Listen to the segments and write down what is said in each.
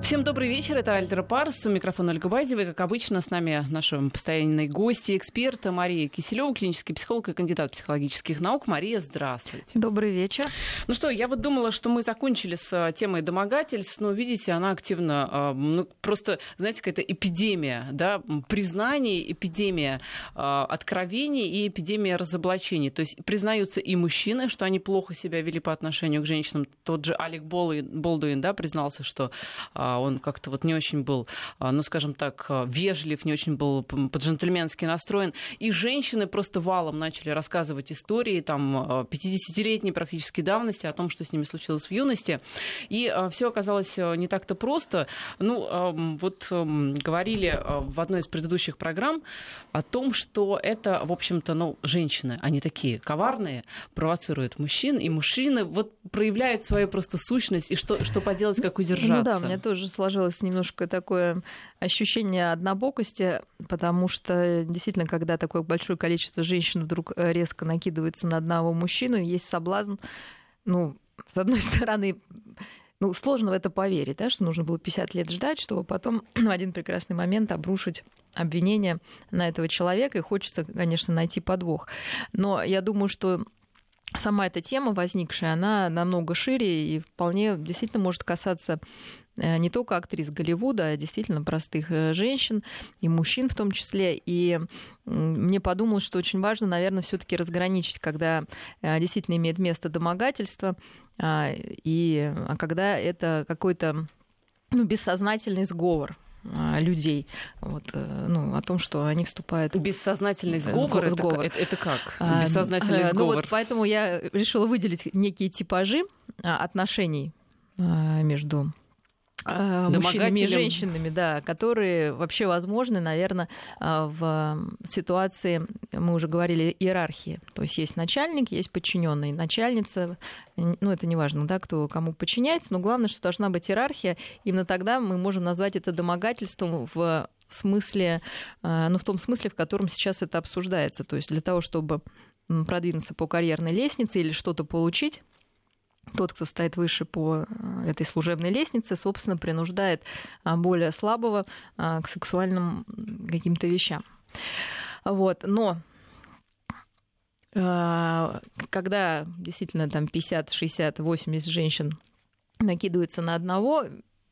Всем добрый вечер, это Альтер Парс, у микрофона Ольга Бадева, и, как обычно, с нами наши постоянные гости, эксперты Мария Киселева, клинический психолог и кандидат психологических наук. Мария, здравствуйте. Добрый вечер. Ну что, я вот думала, что мы закончили с темой домогательств, но, видите, она активно, просто, знаете, какая-то эпидемия, да, признаний, эпидемия откровений и эпидемия разоблачений. То есть признаются и мужчины, что они плохо себя вели по отношению к женщинам. Тот же Алек Болдуин, да, признался, что он как-то вот не очень был, ну, скажем так, вежлив, не очень был по-джентльменски настроен. И женщины просто валом начали рассказывать истории, там, 50-летней практически давности о том, что с ними случилось в юности. И все оказалось не так-то просто. Ну, вот говорили в одной из предыдущих программ о том, что это, в общем-то, ну, женщины, они такие коварные, провоцируют мужчин, и мужчины вот проявляют свою просто сущность, и что поделать, как удержаться. Ну да, у меня тоже сложилось немножко такое ощущение однобокости, потому что действительно, когда такое большое количество женщин вдруг резко накидывается на одного мужчину, есть соблазн, ну, с одной стороны, ну, сложно в это поверить, да, что нужно было 50 лет ждать, чтобы потом в один прекрасный момент обрушить обвинение на этого человека, и хочется, конечно, найти подвох. Но я думаю, что сама эта тема возникшая, она намного шире и вполне действительно может касаться не только актрис Голливуда, а действительно простых женщин и мужчин в том числе. И мне подумалось, что очень важно, наверное, все-таки разграничить, когда действительно имеет место домогательство, а когда это какой-то бессознательный сговор людей, вот, ну, о том, что они вступают... Бессознательный сговор? Это как? Бессознательный сговор? Ну, вот поэтому я решила выделить некие типажи отношений между мужчинами и женщинами, да, которые вообще возможны, наверное, в ситуации, мы уже говорили, иерархии. То есть есть начальник, есть подчиненный, начальница, ну, это не важно, да, кто кому подчиняется, но главное, что должна быть иерархия. Именно тогда мы можем назвать это домогательством в смысле, ну, в том смысле, в котором сейчас это обсуждается. То есть для того, чтобы продвинуться по карьерной лестнице или что-то получить, тот, кто стоит выше по этой служебной лестнице, собственно, принуждает более слабого к сексуальным каким-то вещам. Вот. Но когда действительно там 50, 60, 80 женщин накидываются на одного,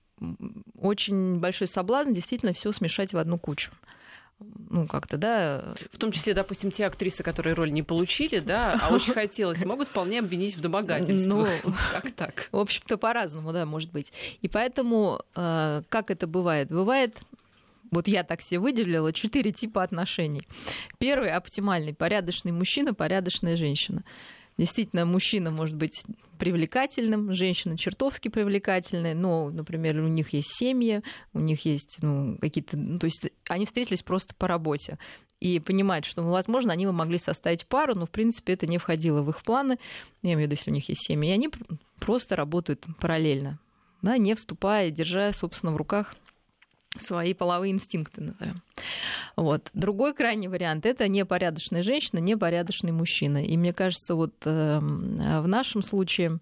очень большой соблазн действительно все смешать в одну кучу. Ну, как-то, да. В том числе, допустим, те актрисы, которые роль не получили, да, а очень хотелось, могут вполне обвинить в домогательствах. Ну, как так? В общем-то, по-разному, да, может быть. И поэтому, как это бывает? Бывает, вот я так себе выделила, 4 типа отношений. Первый — оптимальный, порядочный мужчина, порядочная женщина. Действительно, мужчина может быть привлекательным, женщина чертовски привлекательная, но, например, у них есть семьи, у них есть какие-то... то есть они встретились просто по работе и понимают, что, возможно, они бы могли составить пару, но, в принципе, это не входило в их планы, я имею в виду, если у них есть семьи, и они просто работают параллельно, да, не вступая, держа, собственно, в руках свои половые инстинкты, назовем. Вот. Другой крайний вариант — это непорядочная женщина, непорядочный мужчина. И мне кажется, вот в нашем случае,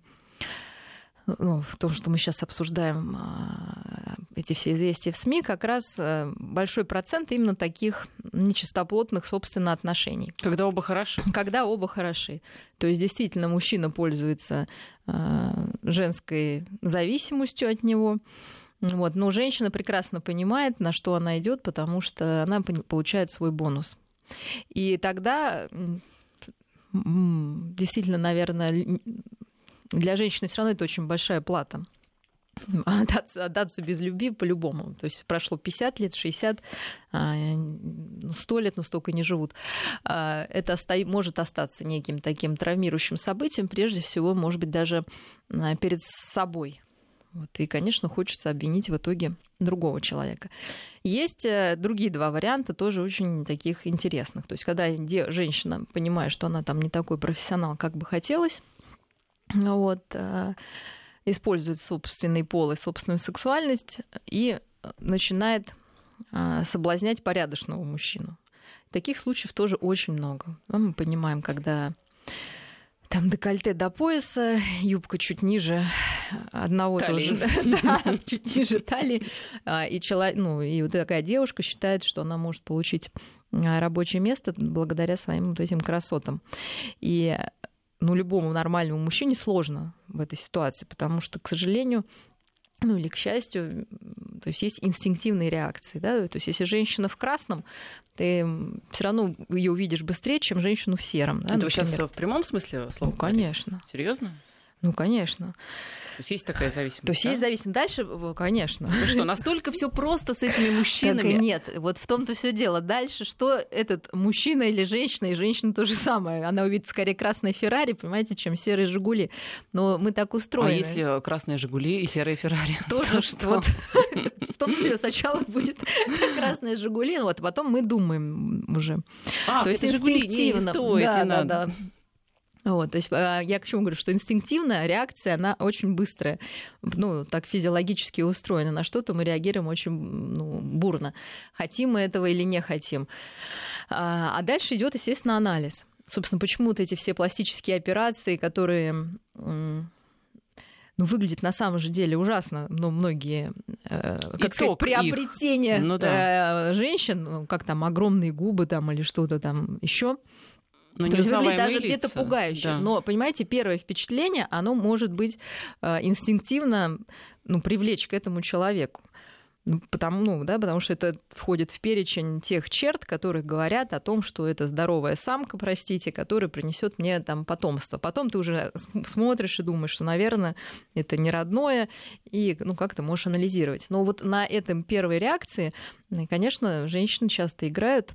в том, что мы сейчас обсуждаем эти все известия в СМИ, как раз большой процент именно таких нечистоплотных, собственно, отношений. Когда оба хороши. Когда оба хороши. То есть, действительно, мужчина пользуется женской зависимостью от него. Вот. Но женщина прекрасно понимает, на что она идет, потому что она получает свой бонус. И тогда действительно, наверное, для женщины все равно это очень большая плата. Отдаться без любви по-любому. То есть прошло 50 лет, 60, 100 лет, но столько не живут. Это может остаться неким таким травмирующим событием, прежде всего, может быть, даже перед собой. Вот. И, конечно, хочется обвинить в итоге другого человека. Есть другие два варианта, тоже очень таких интересных. То есть, когда женщина понимает, что она там не такой профессионал, как бы хотелось, вот, использует собственный пол и собственную сексуальность и начинает соблазнять порядочного мужчину. Таких случаев тоже очень много. Мы понимаем, когда Там декольте до пояса, юбка чуть ниже одного талии. тоже, да, чуть ниже талии. И вот такая девушка считает, что она может получить рабочее место благодаря своим вот этим красотам. И любому нормальному мужчине сложно в этой ситуации, потому что, к сожалению, или к счастью, то есть инстинктивные реакции, да, то есть если женщина в красном, ты все равно ее увидишь быстрее, чем женщину в сером. Да, это например. вы сейчас в прямом смысле слова? Конечно. Серьезно? Конечно. То есть есть такая зависимость? То есть есть зависимость. Дальше, конечно. Ну что, настолько все просто с этими мужчинами? Так и нет. Вот в том-то все дело. Дальше что этот мужчина или женщина, и женщина то же самое. Она увидит скорее красный Феррари, понимаете, чем серые Жигули. Но мы так устроены. А если красные Жигули и серые Феррари? Тоже что? В том числе сначала будет красные Жигули, а потом мы думаем уже. То есть Жигули не стоит, не надо. Да. Вот, то есть я к чему говорю, что инстинктивная реакция, она очень быстрая, так физиологически устроена. На что-то мы реагируем очень бурно. Хотим мы этого или не хотим. А дальше идет, естественно, анализ. Собственно, почему вот эти все пластические операции, которые выглядят на самом же деле ужасно, но многие, как сказать, приобретения женщин, как там огромные губы там, или что-то там еще. То есть выглядит даже где-то пугающе. Да. Но, понимаете, первое впечатление, оно может быть инстинктивно привлечь к этому человеку. Потому что это входит в перечень тех черт, которые говорят о том, что это здоровая самка, которая принесет мне там потомство. Потом ты уже смотришь и думаешь, что, наверное, это не родное, и как ты можешь анализировать. Но вот на этом первой реакции, конечно, женщины часто играют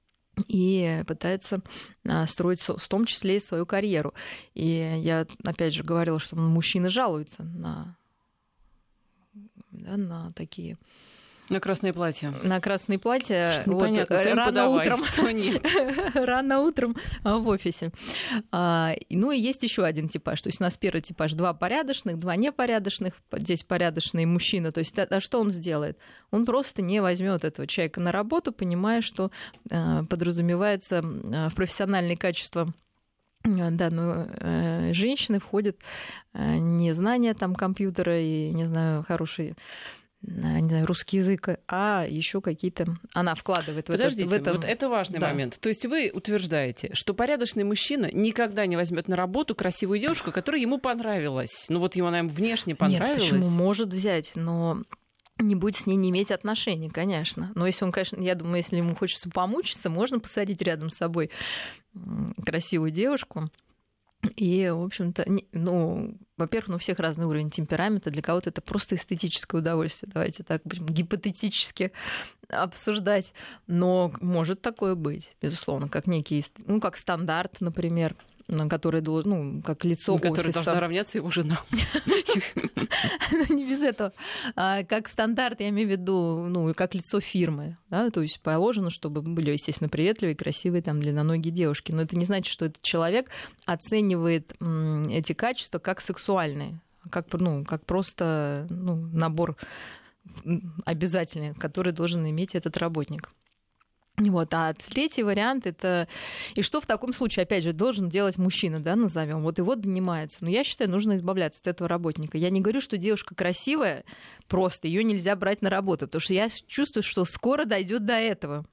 и пытаются строить в том числе и свою карьеру. И я, опять же, говорила, что мужчины жалуются на такие... На красные платья. На красные платья. Рано утром в офисе. И есть еще один типаж. То есть у нас первый типаж: 2 порядочных, 2 непорядочных. Здесь порядочный мужчина. То есть что он сделает? Он просто не возьмет этого человека на работу, понимая, что подразумевается в профессиональные качества женщины входит не знание там компьютера и, не знаю, хороший, не знаю, русский язык, а еще какие-то... Она вкладывает Подождите, в это... вот это важный момент. То есть вы утверждаете, что порядочный мужчина никогда не возьмет на работу красивую девушку, которая ему понравилась. Ему она внешне понравилась. Нет, почему? Может взять, но не будет с ней не иметь отношений, конечно. Но если он, конечно, я думаю, если ему хочется помучиться, можно посадить рядом с собой красивую девушку. И, в общем-то, во-первых, у всех разный уровень темперамента. Для кого-то это просто эстетическое удовольствие. Давайте так будем гипотетически обсуждать. Но может такое быть, безусловно, как некий, как стандарт, например, который должен, как лицо офиса. Который должна равняться его жена. Не без этого. Как стандарт, я имею в виду, как лицо фирмы. Да? То есть положено, чтобы были, естественно, приветливые, красивые, там, длинноногие девушки. Но это не значит, что этот человек оценивает эти качества как сексуальные, как просто набор обязательный, который должен иметь этот работник. А третий вариант — это... И что в таком случае, опять же, должен делать мужчина, да, назовем? Его донимается. Но я считаю, нужно избавляться от этого работника. Я не говорю, что девушка красивая, просто ее нельзя брать на работу, потому что я чувствую, что скоро дойдет до этого.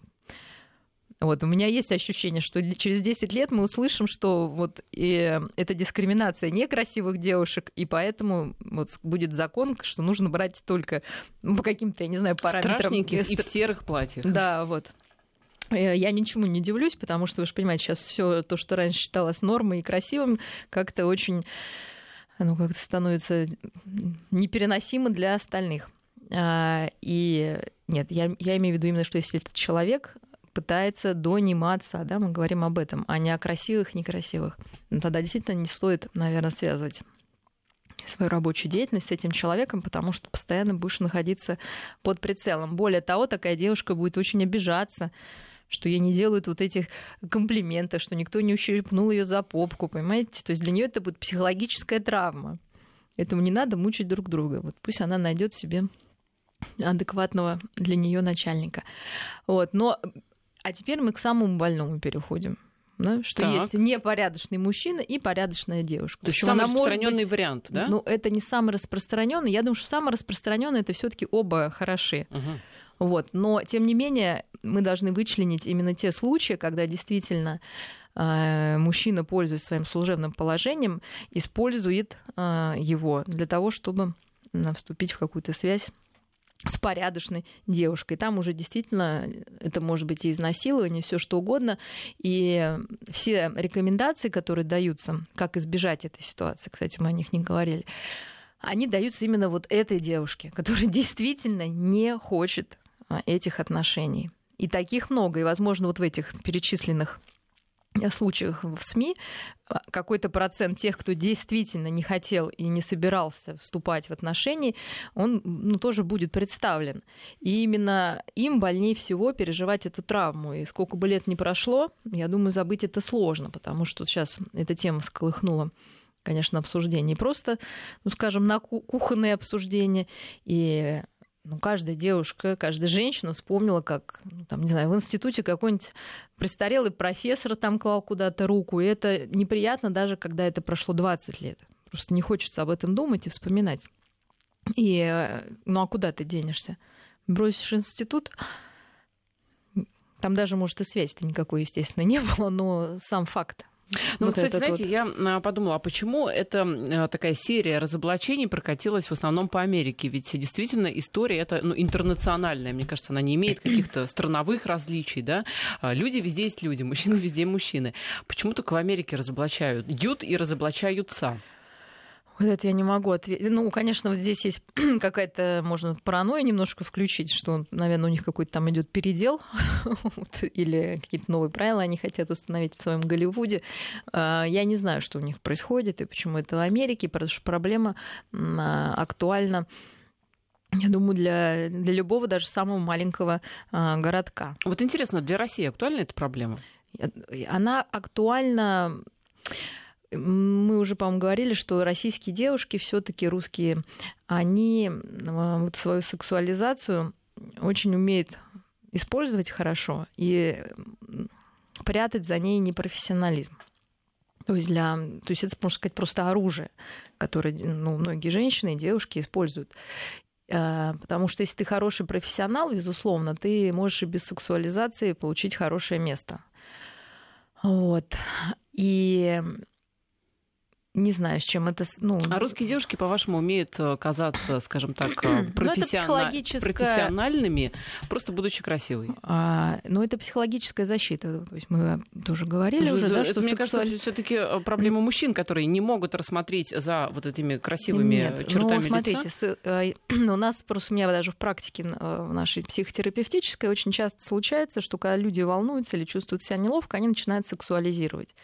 У меня есть ощущение, что через 10 лет мы услышим, что это дискриминация некрасивых девушек, и поэтому будет закон, что нужно брать только по каким-то, я не знаю, параметрам. Страшненьких и в серых платьях. Да, Я ничему не удивлюсь, потому что, вы же понимаете, сейчас все то, что раньше считалось нормой и красивым, как-то очень, как-то становится непереносимо для остальных. И нет, я имею в виду именно, что если этот человек пытается дониматься, да, мы говорим об этом, а не о красивых, некрасивых, тогда действительно не стоит, наверное, связывать свою рабочую деятельность с этим человеком, потому что постоянно будешь находиться под прицелом. Более того, такая девушка будет очень обижаться, что ей не делают этих комплиментов, что никто не ущипнул ее за попку, понимаете? То есть для нее это будет психологическая травма. Этому не надо мучить друг друга. Пусть она найдет себе адекватного для нее начальника. А теперь мы к самому больному переходим. да, что есть непорядочный мужчина и порядочная девушка. То есть самый распространенный вариант, да? Ну, это не самый распространенный. Я думаю, что самый распространенный это все-таки оба хороши. Вот. Но, тем не менее, мы должны вычленить именно те случаи, когда действительно мужчина, пользуясь своим служебным положением, использует его для того, чтобы вступить в какую-то связь с порядочной девушкой. Там уже действительно это может быть и изнасилование, все что угодно. И все рекомендации, которые даются, как избежать этой ситуации, кстати, мы о них не говорили, они даются именно вот этой девушке, которая действительно не хочет этих отношений. И таких много. И, возможно, вот в этих перечисленных случаях в СМИ какой-то процент тех, кто действительно не хотел и не собирался вступать в отношения, он тоже будет представлен. И именно им больнее всего переживать эту травму. И сколько бы лет ни прошло, я думаю, забыть это сложно, потому что сейчас эта тема всколыхнула, конечно, обсуждение. Не просто, скажем, на кухонные обсуждения. И каждая девушка, каждая женщина вспомнила, как, не знаю, в институте какой-нибудь престарелый профессор там клал куда-то руку. И это неприятно даже, когда это прошло 20 лет. Просто не хочется об этом думать и вспоминать. И, а куда ты денешься? Бросишь институт? Там даже, может, и связи-то никакой, естественно, не было, но сам факт. Кстати, знаете, я подумала, а почему эта такая серия разоблачений прокатилась в основном по Америке? Ведь действительно история эта интернациональная. Мне кажется, она не имеет каких-то страновых различий. Да? Люди везде есть люди, мужчины везде мужчины. Почему только в Америке разоблачают и разоблачаются? Вот это я не могу ответить. Конечно, вот здесь есть какая-то, можно паранойя немножко включить, что, наверное, у них какой-то там идет передел или какие-то новые правила они хотят установить в своем Голливуде. Я не знаю, что у них происходит и почему это в Америке, потому что проблема актуальна, я думаю, для любого, даже самого маленького городка. Вот интересно, для России актуальна эта проблема? Она актуальна... Мы уже, по-моему, говорили, что российские девушки, все-таки русские, они вот свою сексуализацию очень умеют использовать хорошо и прятать за ней непрофессионализм. То есть это, можно сказать, просто оружие, которое многие женщины и девушки используют. Потому что если ты хороший профессионал, безусловно, ты можешь и без сексуализации получить хорошее место. Вот. И не знаю, с чем это... А русские девушки, по-вашему, умеют казаться, скажем так, профессиональными, просто будучи красивой? Это психологическая защита. То есть мы тоже говорили уже, да, что мне кажется, все-таки проблема мужчин, которые не могут рассмотреть за вот этими красивыми чертами лица. Смотрите, у нас просто, у меня даже в практике в нашей психотерапевтической очень часто случается, что когда люди волнуются или чувствуют себя неловко, они начинают сексуализировать.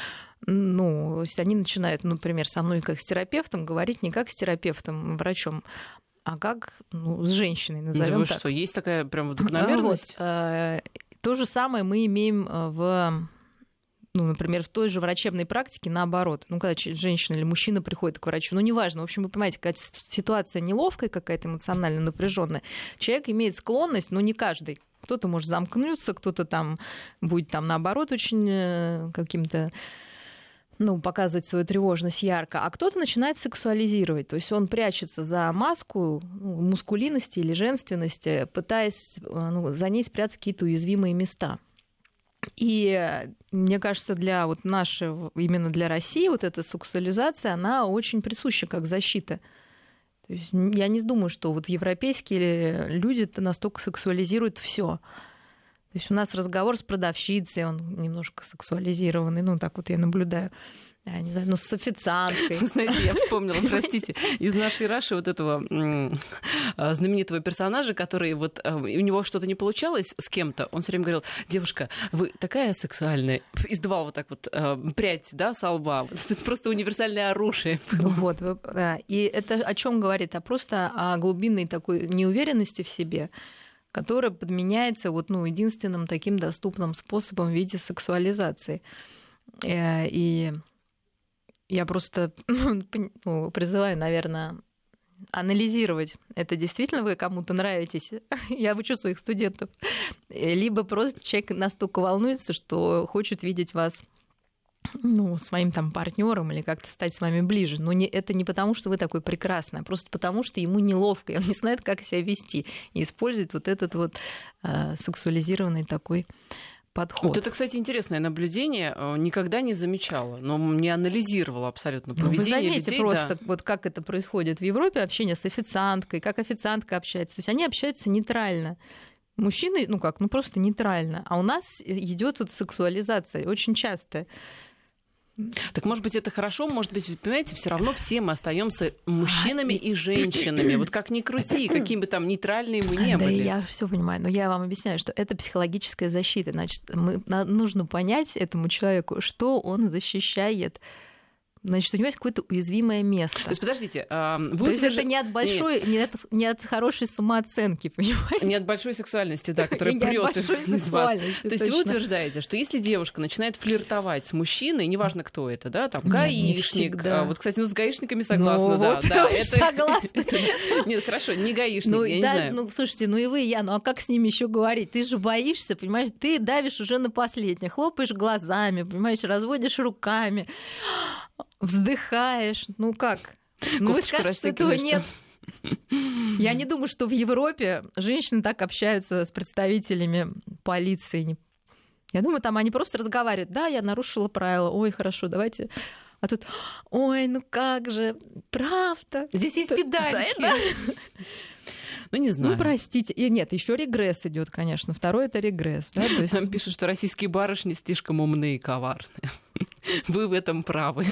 Если они начинают, например, со мной как с терапевтом говорить не как с терапевтом, врачом, а как с женщиной, назовем так. Что, есть такая прям закономерность? То же самое мы имеем например, в той же врачебной практике наоборот. Когда женщина или мужчина приходит к врачу, неважно. В общем, вы понимаете, какая ситуация неловкая, какая-то эмоционально напряженная. Человек имеет склонность, но не каждый. Кто-то может замкнуться, кто-то там будет наоборот очень каким-то показывать свою тревожность ярко, а кто-то начинает сексуализировать. То есть он прячется за маску мускулинности или женственности, пытаясь за ней спрятать какие-то уязвимые места. И мне кажется, для именно для России эта сексуализация, она очень присуща как защита. То есть я не думаю, что европейские люди настолько сексуализируют все. То есть у нас разговор с продавщицей, он немножко сексуализированный, так я наблюдаю. Я не знаю, с официанткой. Знаете, я вспомнила, простите, из нашей Раши этого знаменитого персонажа, который у него что-то не получалось с кем-то, он все время говорил: девушка, вы такая сексуальная, издавал прядь, со лба. Это просто универсальное оружие. И это о чем говорит? Просто о глубинной такой неуверенности в себе, которая подменяется единственным таким доступным способом в виде сексуализации. И я просто призываю, наверное, анализировать, это действительно вы кому-то нравитесь, я учу своих студентов, либо просто человек настолько волнуется, что хочет видеть вас своим там партнером или как-то стать с вами ближе. Но это не потому, что вы такой прекрасный, а просто потому, что ему неловко, и он не знает, как себя вести, и использует вот этот вот сексуализированный такой подход. Вот это, кстати, интересное наблюдение. Никогда не замечала, но не анализировала абсолютно поведение вы заметите людей. Просто, вот как это происходит в Европе, общение с официанткой, как официантка общается. То есть они общаются нейтрально. Мужчины, просто нейтрально. А у нас идет вот сексуализация очень часто. Так, может быть, это хорошо, может быть, понимаете, все равно все мы остаемся мужчинами и женщинами. Вот как ни крути, какими бы там нейтральные мы не были. Да, я все понимаю, но я вам объясняю, что это психологическая защита. Значит, нужно понять этому человеку, что он защищает. Значит, у него есть какое-то уязвимое место. То есть, подождите, то есть это не от большой, не от хорошей самооценки, понимаете? Не от большой сексуальности, да, которая прёт из вас. То есть вы утверждаете, что если девушка начинает флиртовать с мужчиной, неважно, кто это, да, там, гаишник. Вот, кстати, с гаишниками согласна, да. Согласна. Нет, хорошо, не гаишник, я не знаю. Слушайте, и вы, я, а как с ними еще говорить? Ты же боишься, понимаешь, ты давишь уже на последнее, хлопаешь глазами, понимаешь, разводишь руками, вздыхаешь, как? Вы скажете, что этого нет. Я не думаю, что в Европе женщины так общаются с представителями полиции. Я думаю, там они просто разговаривают. Да, я нарушила правила. Ой, хорошо, давайте. А тут, ой, как же, правда. Здесь есть педальки. Да. Не знаю. Простите. И нет, еще регресс идет, конечно. Второй это регресс. Да? То есть... Нам пишут, что российские барышни слишком умные и коварные. Вы в этом правы.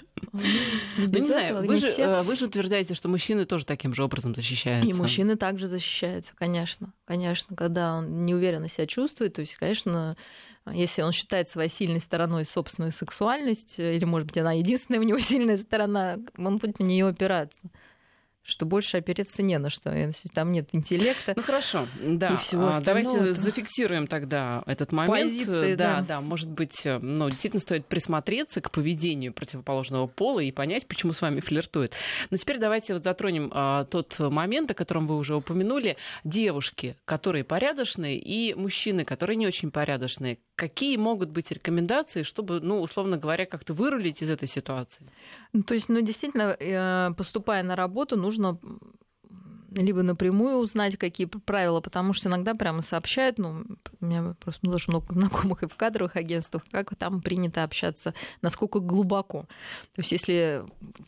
Не знаю, вы же утверждаете, что мужчины тоже таким же образом защищаются. И мужчины также защищаются, конечно. Конечно, когда он неуверенно себя чувствует, то есть, конечно, если он считает своей сильной стороной собственную сексуальность, или, может быть, она единственная у него сильная сторона, он будет на нее опираться. Что больше опереться не на что, там нет интеллекта. Хорошо, да. И всего остального. Давайте зафиксируем тогда этот момент. Позиции, да, может быть, действительно стоит присмотреться к поведению противоположного пола и понять, почему с вами флиртует. Но теперь давайте затронем тот момент, о котором вы уже упомянули. Девушки, которые порядочные, и мужчины, которые не очень порядочные. Какие могут быть рекомендации, чтобы, условно говоря, как-то вырулить из этой ситуации? То есть, действительно, поступая на работу, нужно либо напрямую узнать, какие правила, потому что иногда прямо сообщают, у меня просто очень много знакомых и в кадровых агентствах, как там принято общаться, насколько глубоко. То есть если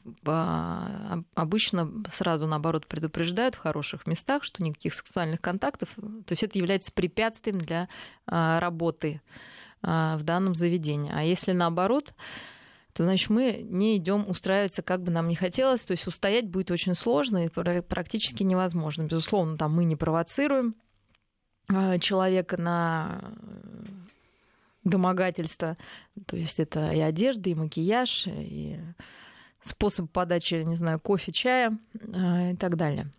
обычно сразу, наоборот, предупреждают в хороших местах, что никаких сексуальных контактов, то есть это является препятствием для работы в данном заведении. А если наоборот, то, значит, мы не идем устраиваться, как бы нам не хотелось. То есть устоять будет очень сложно и практически невозможно. Безусловно, там мы не провоцируем человека на домогательство. То есть это и одежда, и макияж, и способ подачи, не знаю, кофе, чая и так далее.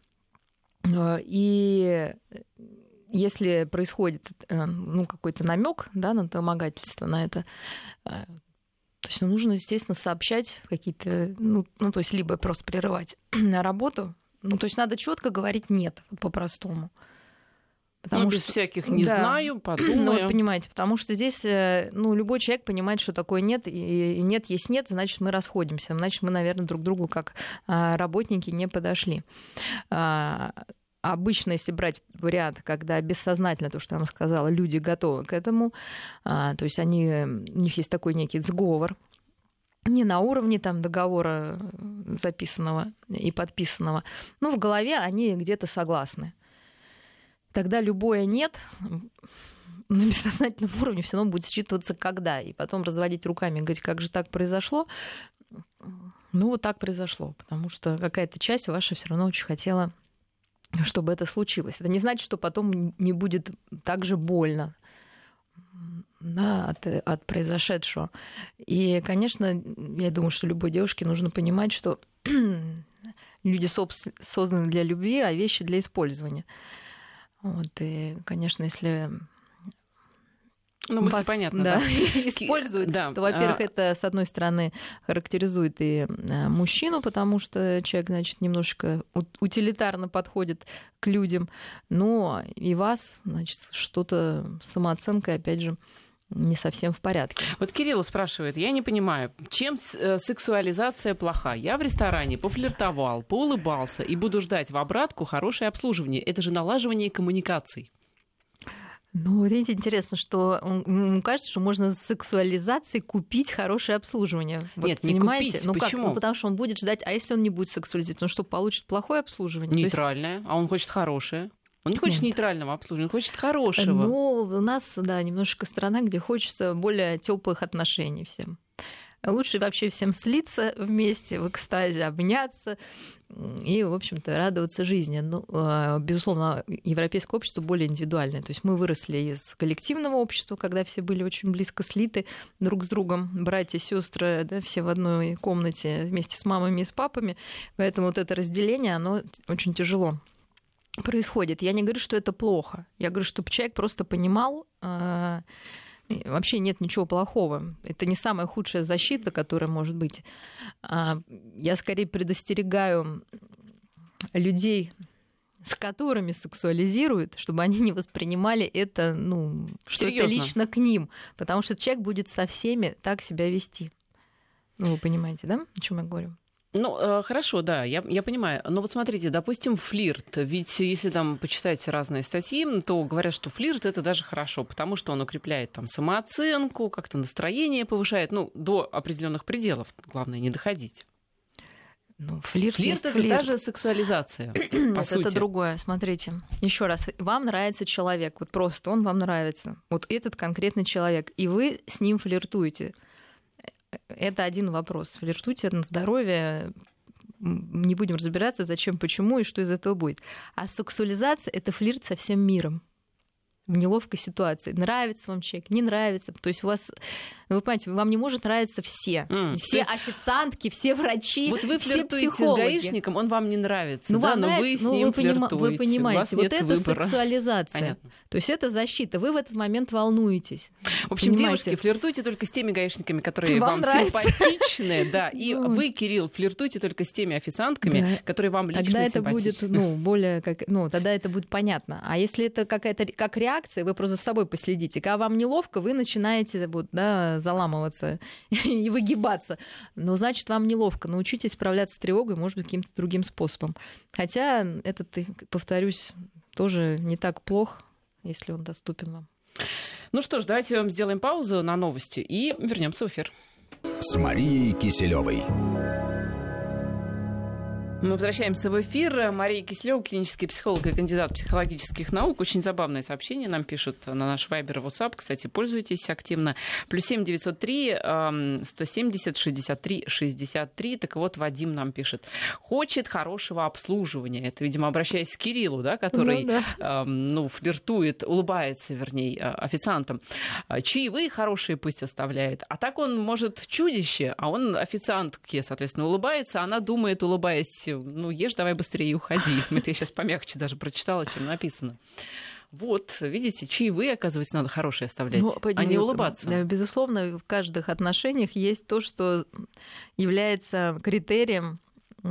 И если происходит какой-то намек, да, на домогательство, на это, то есть нужно, естественно, сообщать какие-то, то есть либо просто прерывать работу, то есть надо четко говорить «нет», по-простому. Потому без всяких «не знаю», «подумаю». Понимаете, потому что здесь любой человек понимает, что такое «нет», и «нет» есть «нет», значит, мы расходимся, значит, мы, наверное, друг к другу как работники не подошли. Обычно, если брать вариант, когда бессознательно, то, что я вам сказала, люди готовы к этому, то есть у них есть такой некий сговор, не на уровне там договора записанного и подписанного, но в голове они где-то согласны. Тогда любое «нет» на бессознательном уровне все равно будет считываться «когда», и потом разводить руками и говорить, как же так произошло. Вот так произошло, потому что какая-то часть ваша все равно очень хотела, чтобы это случилось. Это не значит, что потом не будет так же больно, да, от произошедшего. И, конечно, я думаю, что любой девушке нужно понимать, что люди созданы для любви, а вещи для использования. И, конечно, если Ну, мысль понятна, да. Используют, то, во-первых, это, с одной стороны, характеризует и мужчину, потому что человек, значит, немножечко утилитарно подходит к людям, но и вас, значит, что-то с самооценкой, опять же, не совсем в порядке. Вот Кирилл спрашивает, я не понимаю, чем сексуализация плоха? Я в ресторане пофлиртовал, поулыбался и буду ждать в обратку хорошее обслуживание. Это же налаживание коммуникаций. Ну, вот видите, интересно, что ему кажется, что можно с сексуализацией купить хорошее обслуживание. Вот, нет, не понимаете? купить. Ну, почему? Как? Ну, потому что он будет ждать, а если он не будет сексуализировать, он что, получит плохое обслуживание? Нейтральное, а он хочет хорошее. Он не хочет нейтрального обслуживания, он хочет хорошего. Ну, у нас, да, немножко страна, где хочется более теплых отношений всем. Лучше вообще всем слиться вместе, в экстазе обняться и, в общем-то, радоваться жизни. Ну, безусловно, европейское общество более индивидуальное. То есть мы выросли из коллективного общества, когда все были очень близко слиты друг с другом, братья, сестры, да, все в одной комнате вместе с мамами и с папами. Поэтому вот это разделение, оно очень тяжело происходит. Я не говорю, что это плохо. Я говорю, чтобы человек просто понимал, вообще нет ничего плохого. Это не самая худшая защита, которая может быть. Я скорее предостерегаю людей, с которыми сексуализируют, чтобы они не воспринимали это, ну, что это лично к ним. Потому что человек будет со всеми так себя вести. Ну, вы понимаете, да, о чем я говорю? Ну, хорошо, да, я понимаю. Но вот смотрите, допустим, флирт. Ведь если там почитать разные статьи, то говорят, что флирт — это даже хорошо, потому что он укрепляет там самооценку, как-то настроение повышает, ну, до определенных пределов. Главное, не доходить. Ну, флирт это даже сексуализация, по сути. Это другое. Смотрите, еще раз. Вам нравится человек, вот просто он вам нравится. Вот этот конкретный человек, и вы с ним флиртуете. Это один вопрос. Флиртуйте на здоровье, не будем разбираться, зачем, почему и что из этого будет. А сексуализация — это флирт со всем миром в неловкой ситуации. Нравится вам человек, не нравится. То есть у вас, вы понимаете, вам не может нравиться все. Все официантки, все врачи, вот вы все флиртуете психологи. с гаишником, он вам не нравится, Ну, да, вам но нравится, вы с ним флиртуете. Вы понимаете, вот это выбора. сексуализация. Понятно. То есть это защита. Вы в этот момент волнуетесь. В общем, понимаете? девушки, флиртуйте только с теми гаишниками, которые вам нравится. симпатичны, да, и вы, Кирилл, флиртуйте только с теми официантками, да, которые вам лично тогда симпатичны. Это будет, более, тогда это будет понятно. А если это какая-то как реакция, вы просто с собой последите. Когда вам неловко, вы начинаете заламываться и выгибаться. Но значит, вам неловко. Научитесь справляться с тревогой, может быть, каким-то другим способом. Хотя этот, повторюсь, тоже не так плох, если он доступен вам. Ну что ж, давайте сделаем паузу на новости и вернемся в эфир. С Марией Киселёвой. Мы возвращаемся в эфир. Мария Киселёва, клинический психолог и кандидат психологических наук. Очень забавное сообщение нам пишут на наш Вайбер и WhatsApp. Кстати, пользуйтесь активно. +7 903 170 63 63. Так вот, Вадим нам пишет. Хочет хорошего обслуживания. Это, видимо, обращаясь к Кириллу, да, который флиртует, улыбается, вернее, официантам. Чаевые хорошие пусть оставляет. А так он, может, чудище, а он официантке, соответственно, улыбается. Она думает, улыбаясь, ешь давай быстрее и уходи. Это я сейчас помягче даже прочитала, чем написано. Вот, видите, чаевые, оказывается, надо хорошие оставлять, а не улыбаться. Безусловно, в каждых отношениях есть то, что является критерием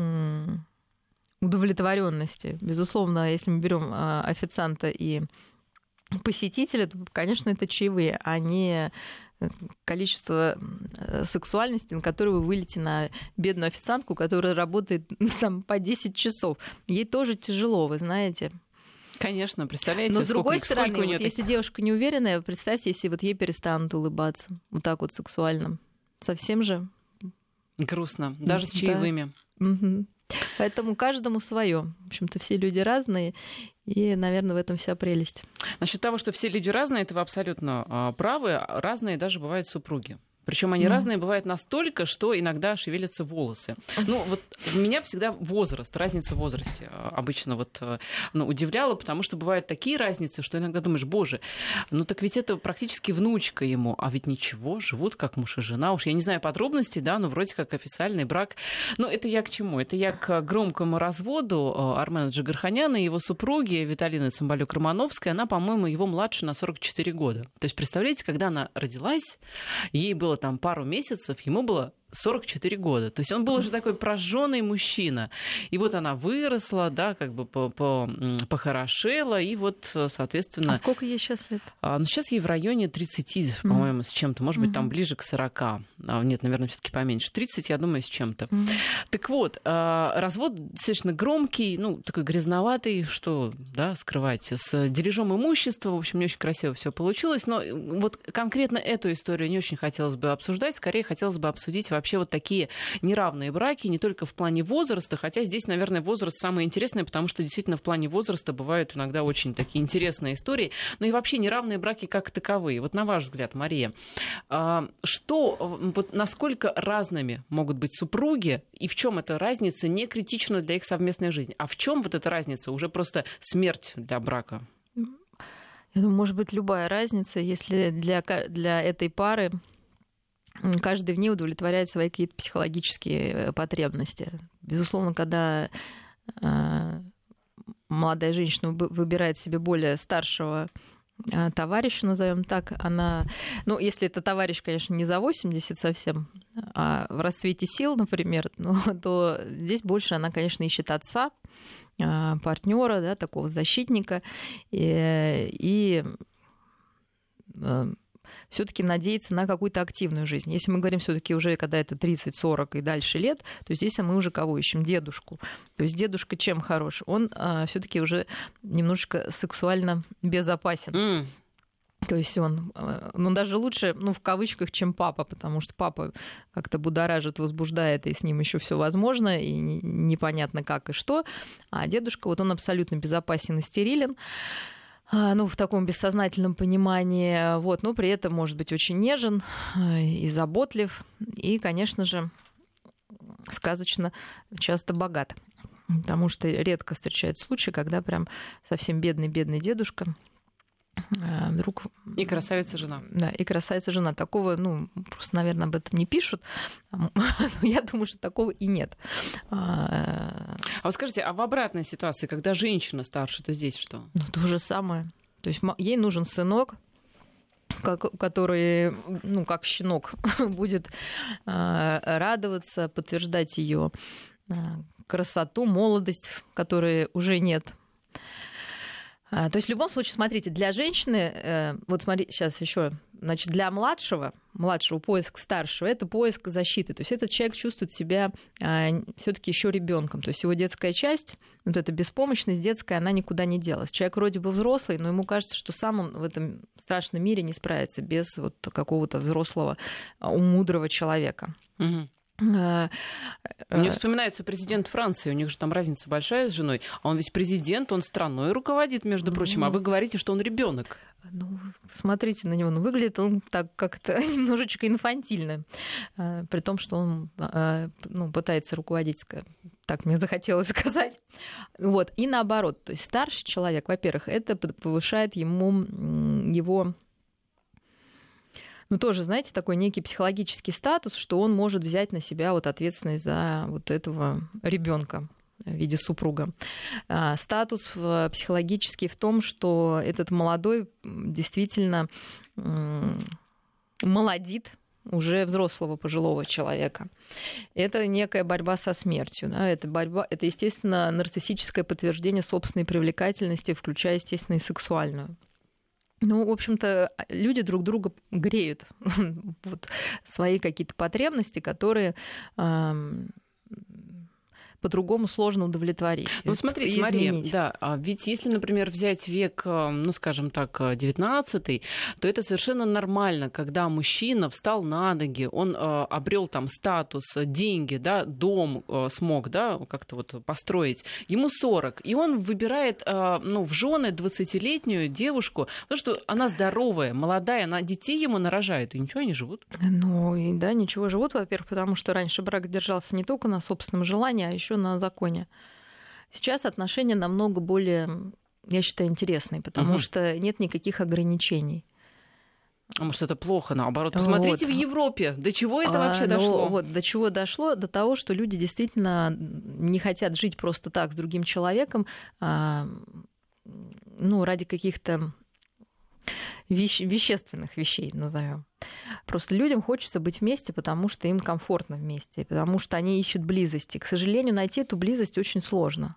удовлетворенности. Безусловно, если мы берем официанта и посетителя, то, конечно, это чаевые, а не количество сексуальности, на которое вы выльете на бедную официантку, которая работает там по 10 часов. Ей тоже тяжело, вы знаете. Конечно, представляете, но с другой стороны, вот если девушка неуверенная, представьте, если вот ей перестанут улыбаться вот так вот сексуально. Совсем же грустно, даже с чаевыми. Угу. Поэтому каждому свое. В общем-то, все люди разные, и, наверное, в этом вся прелесть. Насчет того, что все люди разные, это вы абсолютно правы. Разные даже бывают супруги. Причем они разные бывают настолько, что иногда шевелятся волосы. Ну, вот меня всегда возраст, разница в возрасте обычно вот, удивляла, потому что бывают такие разницы, что иногда думаешь, боже, ну так ведь это практически внучка ему, а ведь ничего, живут как муж и жена. Уж я не знаю подробностей, да, но вроде как официальный брак. Но это я к чему? Это я к громкому разводу Армена Джигарханяна и его супруги Виталины Цымбалюк-Романовской. Она, по-моему, его младше на 44 года. То есть, представляете, когда она родилась, ей было там пару месяцев, ему было 44 года. То есть он был уже такой прожженный мужчина. И вот она выросла, да, как бы похорошела, и вот, соответственно... А сколько ей сейчас лет? Ну, сейчас ей в районе 30, по-моему, с чем-то. Может быть, там ближе к 40. Нет, наверное, все-таки поменьше. 30, я думаю, с чем-то. Так вот, развод достаточно громкий, ну, такой грязноватый, что, да, скрывать, с дележом имущества. В общем, не очень красиво все получилось. Но вот конкретно эту историю не очень хотелось бы обсуждать. Скорее, хотелось бы обсудить вообще вот такие неравные браки, не только в плане возраста, хотя здесь, наверное, возраст самый интересный, потому что действительно в плане возраста бывают иногда очень такие интересные истории, но и вообще неравные браки как таковые. Вот на ваш взгляд, Мария, вот насколько разными могут быть супруги, и в чем эта разница не критична для их совместной жизни, а в чем вот эта разница уже просто смерть для брака? Я думаю, может быть любая разница, если для этой пары каждый в ней удовлетворяет свои какие-то психологические потребности. Безусловно, когда молодая женщина выбирает себе более старшего товарища, назовем так, она, ну, если это товарищ, конечно, не за 80 совсем, а в расцвете сил, например, то здесь больше она, конечно, ищет отца, партнера, да, такого защитника, и все-таки надеяться на какую-то активную жизнь. Если мы говорим все-таки уже, когда это 30, 40 и дальше лет, то здесь мы уже кого ищем? Дедушку. То есть дедушка чем хорош? Он все-таки уже немножечко сексуально безопасен. То есть он, ну, даже лучше, ну, в кавычках, чем папа, потому что папа как-то будоражит, возбуждает, и с ним еще все возможно, и непонятно как и что. А дедушка, вот он абсолютно безопасен и стерилен. Ну, в таком бессознательном понимании, вот, но при этом может быть очень нежен и заботлив, и, конечно же, сказочно часто богат, потому что редко встречаются случаи, когда прям совсем бедный дедушка вдруг... И красавица-жена. Да, и красавица-жена. Такого, ну, просто, наверное, об этом не пишут. Я думаю, что такого и нет. А вот скажите, а в обратной ситуации, когда женщина старше, то здесь что? Ну, то же самое. То есть ей нужен сынок, который, ну, как щенок, будет радоваться, подтверждать ее красоту, молодость, которой уже нет. То есть в любом случае, смотрите, для женщины, вот смотрите, сейчас еще, значит, для младшего поиск старшего — это поиск защиты. То есть этот человек чувствует себя все-таки еще ребенком. То есть его детская часть, вот эта беспомощность детская, она никуда не делась. Человек вроде бы взрослый, но ему кажется, что сам он в этом страшном мире не справится без вот какого-то взрослого, мудрого человека. Мне вспоминается президент Франции, у них же там разница большая с женой, а он ведь президент, он страной руководит, между прочим, а вы говорите, что он ребенок. Ну, смотрите на него, выглядит он так как-то немножечко инфантильно, при том, что он пытается руководить, так мне захотелось сказать. Вот. И наоборот, то есть старший человек, во-первых, это повышает его... Ну, тоже, знаете, такой некий психологический статус, что он может взять на себя вот ответственность за вот этого ребенка в виде супруга. Статус психологический в том, что этот молодой действительно молодит уже взрослого пожилого человека. Это некая борьба со смертью. Да? Это, естественно, нарциссическое подтверждение собственной привлекательности, включая, естественно, и сексуальную. Ну, в общем-то, люди друг друга греют вот свои какие-то потребности, которые по-другому сложно удовлетворить. Ну, смотрите, Мария, да, ведь если, например, взять век, ну, скажем так, 19-й, то это совершенно нормально, когда мужчина встал на ноги, он обрел там статус, деньги, да, дом смог, да, как-то вот построить. Ему 40, и он выбирает, ну, в жены 20-летнюю девушку, потому что она здоровая, молодая, она детей ему нарожает, и ничего, они живут. Ну, и да, ничего, живут, во-первых, потому что раньше брак держался не только на собственном желании, а еще на законе. Сейчас отношения намного более, я считаю, интересные, потому что нет никаких ограничений. А может, это плохо, наоборот. Посмотрите в Европе, до чего это вообще дошло? Вот, до чего дошло? До того, что люди действительно не хотят жить просто так с другим человеком, ну, ради каких-то вещественных вещей, назовем. Просто людям хочется быть вместе, потому что им комфортно вместе, потому что они ищут близости. К сожалению, найти эту близость очень сложно.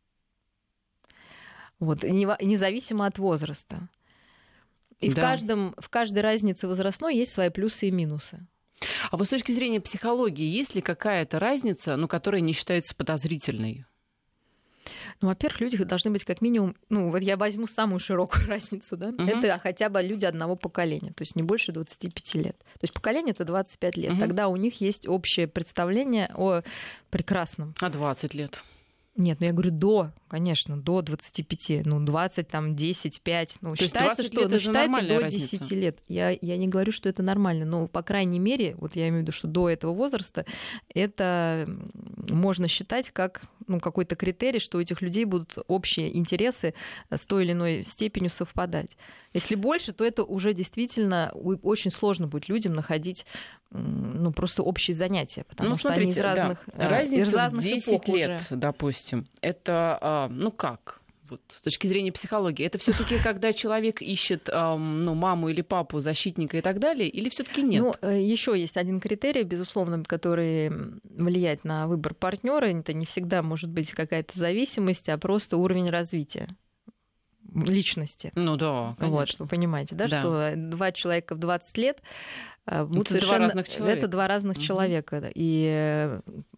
Вот, независимо от возраста. И да. в каждой разнице возрастной есть свои плюсы и минусы. А вот с точки зрения психологии, есть ли какая-то разница, ну, которая не считается подозрительной? Ну, во-первых, люди должны быть как минимум... Ну, вот я возьму самую широкую разницу, да? Это хотя бы люди одного поколения, то есть не больше 25 лет. То есть поколение — это 25 лет. Тогда у них есть общее представление о прекрасном. А 20 лет? Нет, ну я говорю конечно, до 25, ну 20, там 10, 5. Ну, то считается, что считается до 10 лет. Я не говорю, что это нормально, но, по крайней мере, вот я имею в виду, что до этого возраста это можно считать как какой-то критерий, что у этих людей будут общие интересы с той или иной степенью совпадать. Если больше, то это уже действительно очень сложно будет людям находить просто общие занятия, потому что они из разных, разница из разных 10 эпох лет, уже. допустим, это, как? Вот, с точки зрения психологии, это все-таки когда человек ищет маму или папу, защитника и так далее, или все-таки нет? Ну, еще есть один критерий, безусловно, который влияет на выбор партнера. Это не всегда может быть какая-то зависимость, а просто уровень развития личности. Ну да, конечно. Вот, вы понимаете, да, что два человека в 20 лет будут это совершенно... два разных человека. Это два разных человека. И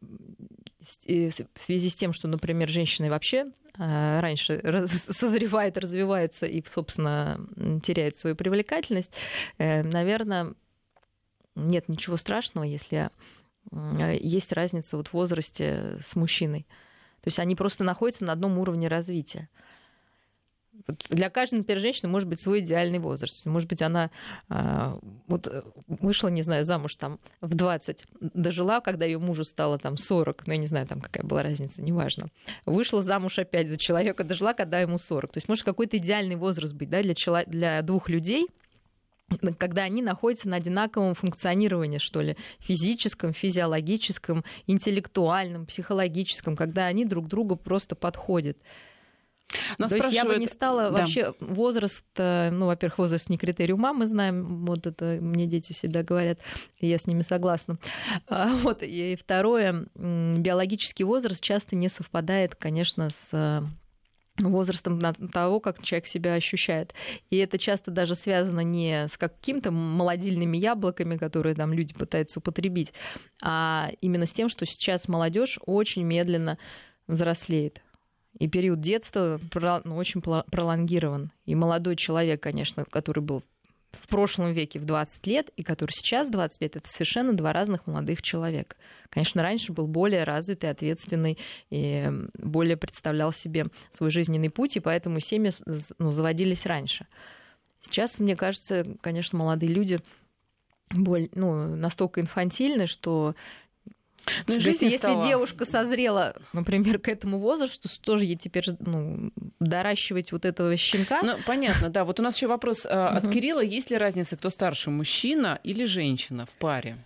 в связи с тем, что, например, женщины вообще раньше созревают, развиваются и, собственно, теряют свою привлекательность, наверное, нет ничего страшного, если есть разница в возрасте с мужчиной. То есть они просто находятся на одном уровне развития. Для каждой, например, женщины может быть свой идеальный возраст. Может быть, она вышла, не знаю, замуж там в 20, дожила, когда ее мужу стало там 40, я не знаю, там какая была разница, неважно. Вышла замуж опять за человека, дожила, когда ему 40. То есть может какой-то идеальный возраст быть, да, для двух людей, когда они находятся на одинаковом функционировании, что ли, физическом, физиологическом, интеллектуальном, психологическом, когда они друг другу просто подходят. Нас То есть я бы не стала вообще возраст, во-первых, возраст не критерий ума, мы знаем, вот это мне дети всегда говорят, и я с ними согласна. И второе, биологический возраст часто не совпадает, конечно, с возрастом того, как человек себя ощущает. И это часто даже связано не с какими-то молодильными яблоками, которые там люди пытаются употребить, а именно с тем, что сейчас молодежь очень медленно взрослеет. И период детства очень пролонгирован. И молодой человек, конечно, который был в прошлом веке в 20 лет, и который сейчас 20 лет, это совершенно два разных молодых человека. Конечно, раньше был более развитый, ответственный, и более представлял себе свой жизненный путь, и поэтому семьи заводились раньше. Сейчас, мне кажется, конечно, молодые люди настолько инфантильны, что... если девушка созрела, например, к этому возрасту, что же ей теперь доращивать вот этого щенка? Ну, понятно, да. Вот у нас еще вопрос от Кирилла. Есть ли разница, кто старше, мужчина или женщина в паре?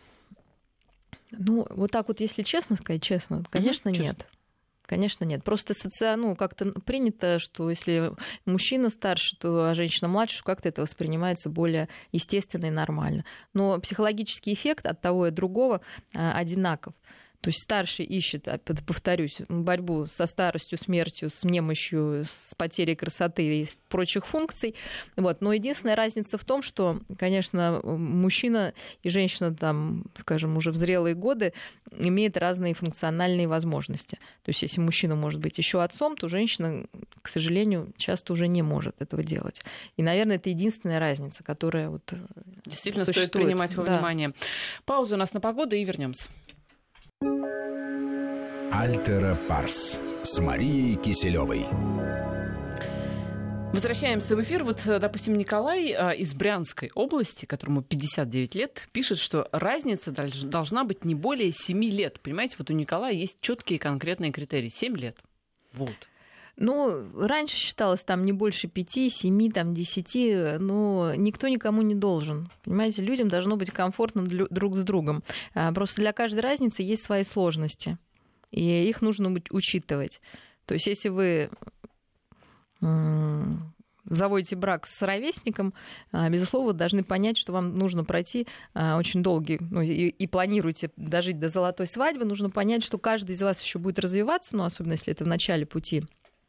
Ну, вот так вот, если честно сказать, конечно, нет. Конечно, нет. Просто как-то принято, что если мужчина старше, то женщина младше, как-то это воспринимается более естественно и нормально. Но психологический эффект от того и другого одинаков. То есть старший ищет, повторюсь, борьбу со старостью, смертью, с немощью, с потерей красоты и прочих функций. Вот. Но единственная разница в том, что, конечно, мужчина и женщина, там, скажем, уже в зрелые годы имеют разные функциональные возможности. То есть если мужчина может быть еще отцом, то женщина, к сожалению, часто уже не может этого делать. И, наверное, это единственная разница, которая вот действительно существует. Стоит принимать во внимание. Пауза у нас на погоду и вернемся. Альтера Парс с Марией Киселевой. Возвращаемся в эфир. Вот, допустим, Николай из Брянской области, которому 59 лет, пишет, что разница должна быть не более 7 лет. Понимаете, вот у Николая есть четкие конкретные критерии. 7 лет. Вот. Ну, раньше считалось там не больше 5, 7, там, 10, но никто никому не должен. Понимаете, людям должно быть комфортно друг с другом. Просто для каждой разницы есть свои сложности, и их нужно учитывать. То есть если вы заводите брак с ровесником, безусловно, вы должны понять, что вам нужно пройти очень долгий, и планируете дожить до золотой свадьбы, нужно понять, что каждый из вас еще будет развиваться, особенно если это в начале пути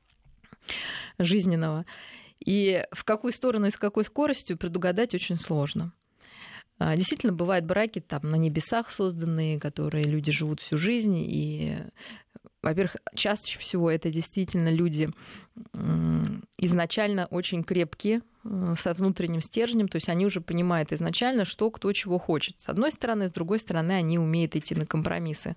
жизненного. И в какую сторону и с какой скоростью предугадать очень сложно. Действительно, бывают браки там, на небесах созданные, которые люди живут всю жизнь. И, во-первых, чаще всего это действительно люди изначально очень крепкие, со внутренним стержнем, то есть они уже понимают изначально, что кто чего хочет. С одной стороны, с другой стороны, они умеют идти на компромиссы.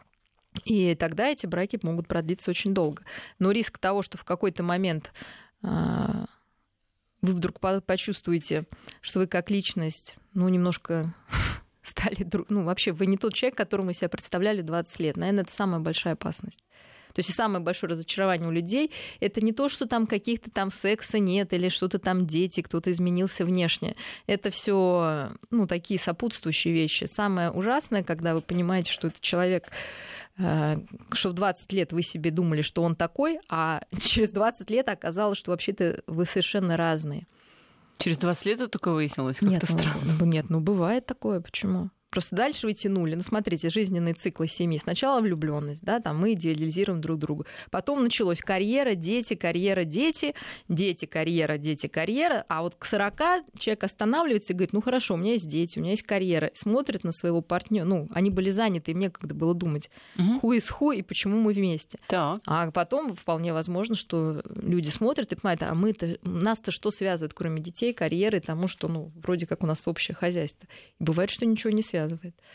И тогда эти браки могут продлиться очень долго. Но риск того, что в какой-то момент вы вдруг почувствуете, что вы как личность, немножко стали... вообще, вы не тот человек, которым вы себя представляли 20 лет. Наверное, это самая большая опасность. То есть и самое большое разочарование у людей — это не то, что там каких-то там секса нет, или что-то там дети, кто-то изменился внешне. Это все такие сопутствующие вещи. Самое ужасное, когда вы понимаете, что этот человек, что в 20 лет вы себе думали, что он такой, а через 20 лет оказалось, что вообще-то вы совершенно разные. Через 20 лет это только выяснилось? Как-то странно. Нет, бывает такое. Почему? Просто дальше вы тянули. Смотрите, жизненные циклы семьи. Сначала влюблённость, да, там мы идеализируем друг друга. Потом началось карьера, дети, дети, карьера. А вот к 40 человек останавливается и говорит, хорошо, у меня есть дети, у меня есть карьера. Смотрит на своего партнера. Они были заняты, им некогда было думать, who is who и почему мы вместе. Так. А потом вполне возможно, что люди смотрят и понимают, нас-то что связывает, кроме детей, карьеры и тому, что вроде как у нас общее хозяйство. И бывает, что ничего не связывает.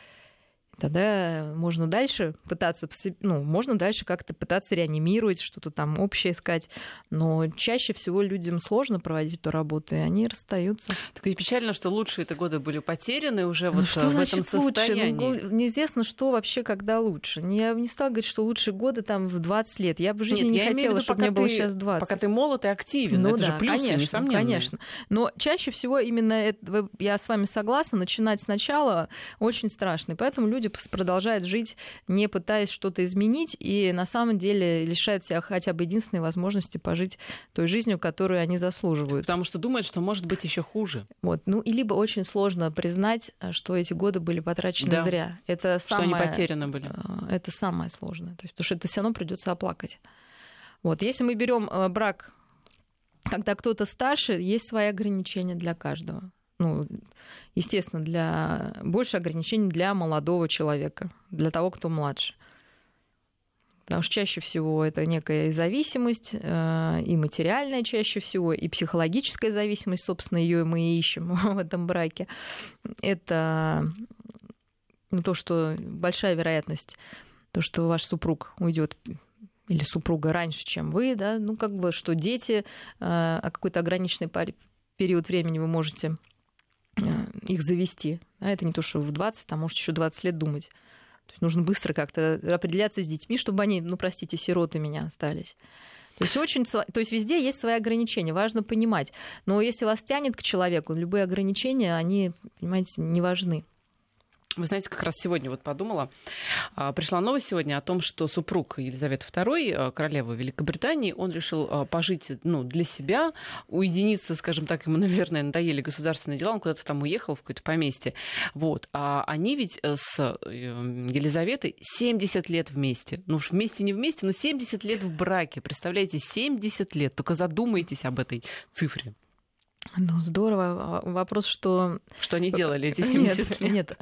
Тогда можно дальше пытаться, можно дальше как-то пытаться реанимировать, что-то там общее искать. Но чаще всего людям сложно проводить эту работу, и они расстаются. Так и печально, что лучшие годы были потеряны уже что в этом состоянии. Лучше? Неизвестно, что вообще, когда лучше. Я не стала говорить, что лучшие годы там в 20 лет. Я бы в жизни не хотела, чтобы мне было сейчас 20. Пока ты молод и активен. Это же плюсы, несомненно. Конечно. Но чаще всего именно я с вами согласна, начинать сначала очень страшно. И поэтому люди продолжают жить, не пытаясь что-то изменить, и на самом деле лишают себя хотя бы единственной возможности пожить той жизнью, которую они заслуживают. Потому что думают, что может быть еще хуже. И либо очень сложно признать, что эти годы были потрачены зря. Это что они потеряны были. Это самое сложное. То есть, потому что это все равно придется оплакать. Если мы берем брак, когда кто-то старше, есть свои ограничения для каждого. Естественно, больше ограничений для молодого человека, для того, кто младше. Потому что чаще всего это некая зависимость, и материальная чаще всего, и психологическая зависимость, собственно, ее мы и ищем в этом браке. Это то, что большая вероятность, что ваш супруг уйдет или супруга раньше, чем вы, да, что дети, какой-то ограниченный период времени вы можете их завести. Это не то, что в 20, а может еще 20 лет думать. То есть нужно быстро как-то определяться с детьми, чтобы они, сироты меня остались. То есть везде есть свои ограничения, важно понимать. Но если вас тянет к человеку, любые ограничения, они, понимаете, не важны. Вы знаете, как раз сегодня вот подумала, пришла новость сегодня о том, что супруг Елизаветы II, королевы Великобритании, он решил пожить для себя, уединиться, скажем так, ему, наверное, надоели государственные дела, он куда-то там уехал в какое-то поместье. Вот. А они ведь с Елизаветой 70 лет вместе. Ну уж вместе не вместе, но 70 лет в браке. Представляете, 70 лет. Только задумайтесь об этой цифре. Ну, здорово. Вопрос, что... Что они делали эти 70 лет? Нет.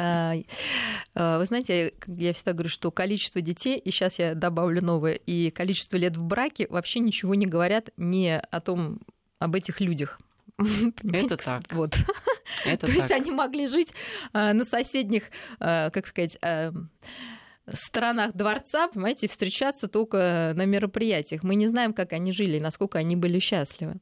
Вы знаете, я всегда говорю, что количество детей, и сейчас я добавлю новое, и количество лет в браке вообще ничего не говорят ни об этих людях. Это так. Вот. Это То есть так. они могли жить на соседних, как сказать, сторонах дворца, понимаете, встречаться только на мероприятиях. Мы не знаем, как они жили и насколько они были счастливы.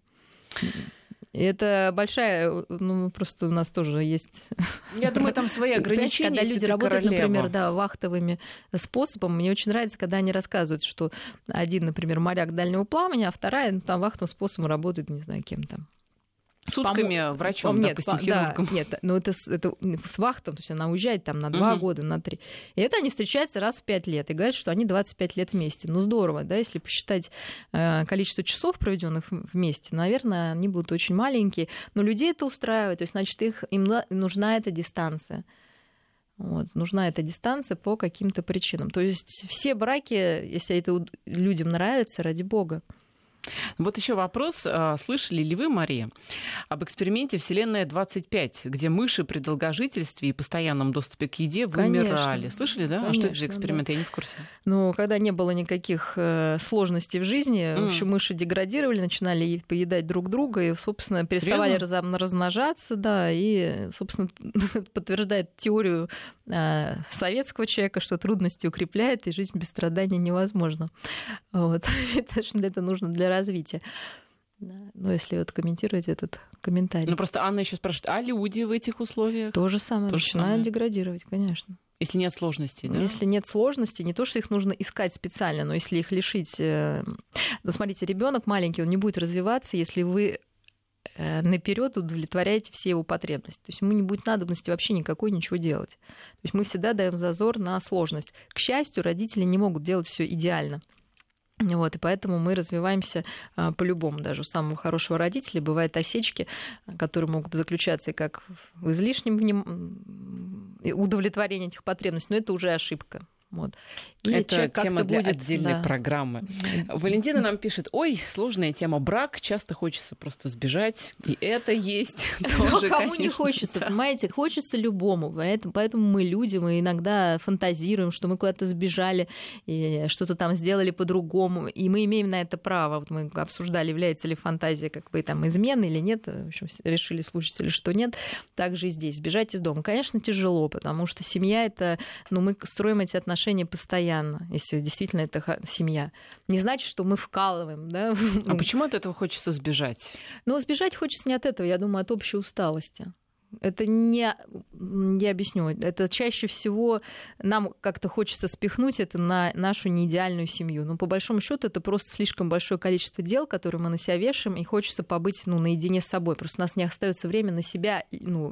Это большая, просто у нас тоже есть... Я думаю, там свои ограничения. Когда люди работают, например, вахтовыми способами, мне очень нравится, когда они рассказывают, что один, например, моряк дальнего пламени, а вторая там вахтовым способом работает, не знаю, кем там. Сутками врачом, допустим, хирургом. Да, нет, но это с вахтом, то есть она уезжает там на 2 года, на 3. И это они встречаются раз в 5 лет и говорят, что они 25 лет вместе. Ну, здорово, да, если посчитать количество часов, проведенных вместе, наверное, они будут очень маленькие, но людей это устраивает, то есть, значит, им нужна эта дистанция. Вот, нужна эта дистанция по каким-то причинам. То есть все браки, если это людям нравится, ради бога. Вот еще вопрос. Слышали ли вы, Мария, об эксперименте «Вселенная-25», где мыши при долгожительстве и постоянном доступе к еде вымирали? Конечно. Слышали, да? Конечно, а что это за эксперимент? Да. Я не в курсе. Ну, когда не было никаких сложностей в жизни, в общем, мыши деградировали, начинали поедать друг друга и, собственно, переставали размножаться, да, и, собственно, подтверждает теорию советского человека, что трудности укрепляет, и жизнь без страданий невозможна. Вот. Это нужно для развития. Но если вот комментировать этот комментарий. Ну, просто Анна еще спрашивает, а люди в этих условиях? То же самое. Начинают деградировать, конечно. Если нет сложностей, да? Если нет сложностей, не то, что их нужно искать специально, но если их лишить... Ну, смотрите, ребенок маленький, он не будет развиваться, если вы наперед удовлетворяете все его потребности. То есть ему не будет надобности вообще никакой ничего делать. То есть мы всегда даем зазор на сложность. К счастью, родители не могут делать все идеально. Вот, и поэтому мы развиваемся по-любому. Даже у самого хорошего родителя бывают осечки, которые могут заключаться как в излишнем удовлетворении этих потребностей, но это уже ошибка. Вот. Это тема для отдельной программы. Валентина нам пишет, ой, сложная тема, брак, часто хочется просто сбежать, и это есть тоже, кому конечно, не хочется, понимаете, хочется любому, поэтому мы люди, мы иногда фантазируем, что мы куда-то сбежали, и что-то там сделали по-другому, и мы имеем на это право. Вот мы обсуждали, является ли фантазия как бы там изменой или нет, в общем, решили слушатели, что нет. Также и здесь, сбежать из дома, конечно, тяжело, потому что семья — это, мы строим эти отношения постоянно, если действительно это семья. Не значит, что мы вкалываем, да? А почему от этого хочется сбежать? Ну, сбежать хочется не от этого, я думаю, от общей усталости. Это не... Я объясню. Это чаще всего нам как-то хочется спихнуть это на нашу неидеальную семью. Но по большому счету это просто слишком большое количество дел, которые мы на себя вешаем, и хочется побыть наедине с собой. Просто у нас не остается времени на себя,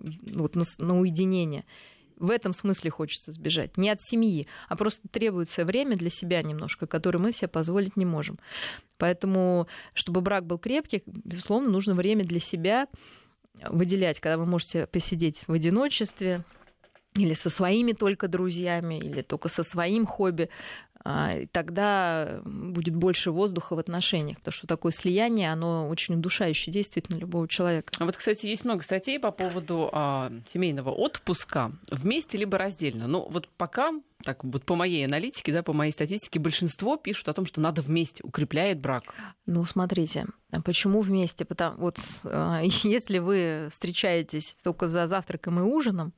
на уединение. В этом смысле хочется сбежать. Не от семьи, а просто требуется время для себя немножко, которое мы себе позволить не можем. Поэтому, чтобы брак был крепкий, безусловно, нужно время для себя выделять, когда вы можете посидеть в одиночестве или со своими только друзьями, или только со своим хобби. Тогда будет больше воздуха в отношениях, потому что такое слияние, оно очень удушающее действует на любого человека. А вот, кстати, есть много статей по поводу семейного отпуска вместе либо раздельно. Но вот пока, так вот по моей аналитике, да, по моей статистике, большинство пишут о том, что надо вместе, укрепляет брак. Ну, смотрите, почему вместе? Если вы встречаетесь только за завтраком и ужином,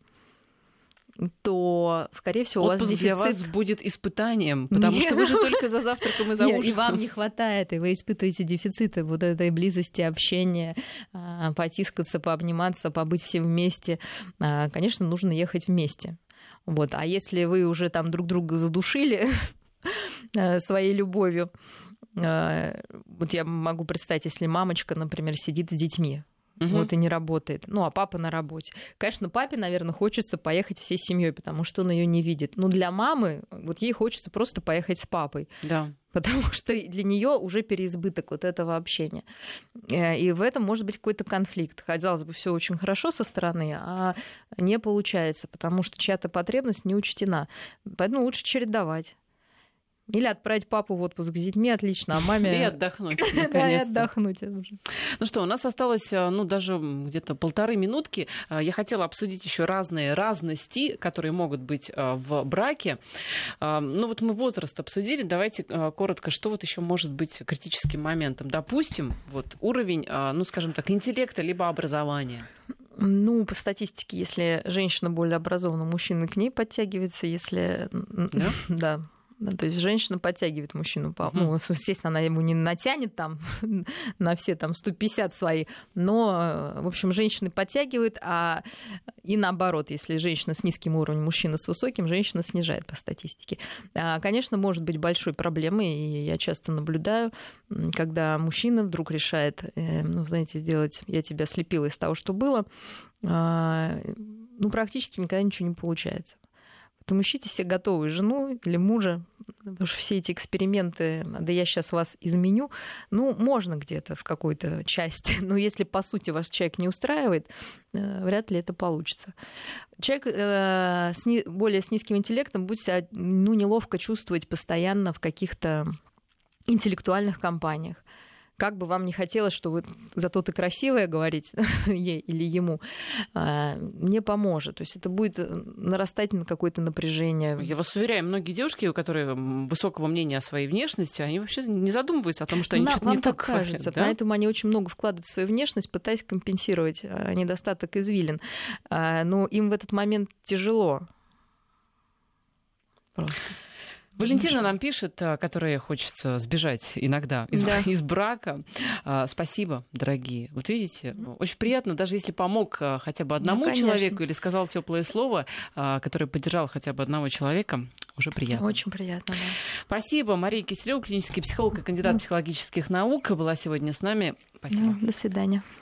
то, скорее всего, отпуск у вас дефицит... для вас будет испытанием, потому что вы же только за завтраком и за ужином. И вам не хватает, и вы испытываете дефициты вот этой близости, общения, потискаться, пообниматься, побыть все вместе. Конечно, нужно ехать вместе. Вот. А если вы уже там друг друга задушили своей любовью, вот я могу представить, если мамочка, например, сидит с детьми, вот и не работает. Ну, а папа на работе. Конечно, папе, наверное, хочется поехать всей семьей, потому что он ее не видит. Но для мамы, вот ей хочется просто поехать с папой. Да. Потому что для нее уже переизбыток вот этого общения. И в этом может быть какой-то конфликт. Казалось бы, все очень хорошо со стороны, а не получается, потому что чья-то потребность не учтена. Поэтому лучше чередовать. Или отправить папу в отпуск с детьми, отлично, а маме... И отдохнуть, Да, и отдохнуть. Ну что, у нас осталось, даже где-то 1,5 минутки. Я хотела обсудить еще разные разности, которые могут быть в браке. Ну вот мы возраст обсудили. Давайте коротко, что вот еще может быть критическим моментом. Допустим, вот уровень, скажем так, интеллекта либо образования. Ну, по статистике, если женщина более образована, мужчина к ней подтягивается, если... Да. Да, то есть женщина подтягивает мужчину. Ну, естественно, она ему не натянет там на все там 150 свои, но, в общем, женщины подтягивают, и наоборот, если женщина с низким уровнем, мужчина с высоким, женщина снижает по статистике. Конечно, может быть большой проблемой, и я часто наблюдаю, когда мужчина вдруг решает, сделать, я тебя слепила из того, что было, практически никогда ничего не получается. Поэтому ищите себе готовую жену или мужа, потому что все эти эксперименты, да я сейчас вас изменю, можно где-то в какой-то части, но если, по сути, ваш человек не устраивает, вряд ли это получится. Человек более с низким интеллектом будет себя неловко чувствовать постоянно в каких-то интеллектуальных компаниях. Как бы вам не хотелось, что вы зато ты красивая говорить ей или ему, не поможет. То есть это будет нарастать на какое-то напряжение. Я вас уверяю, многие девушки, у которых высокого мнения о своей внешности, они вообще не задумываются о том, что они что-то не так кажется. Да? Поэтому они очень много вкладывают в свою внешность, пытаясь компенсировать недостаток извилин. Но им в этот момент тяжело. Просто. Валентина нам пишет, которой хочется сбежать иногда из брака. Спасибо, дорогие. Вот видите, очень приятно, даже если помог хотя бы одному человеку или сказал теплое слово, которое поддержал хотя бы одного человека, уже приятно. Очень приятно, да. Спасибо. Мария Киселева, клинический психолог и кандидат психологических наук, была сегодня с нами. Спасибо. До свидания.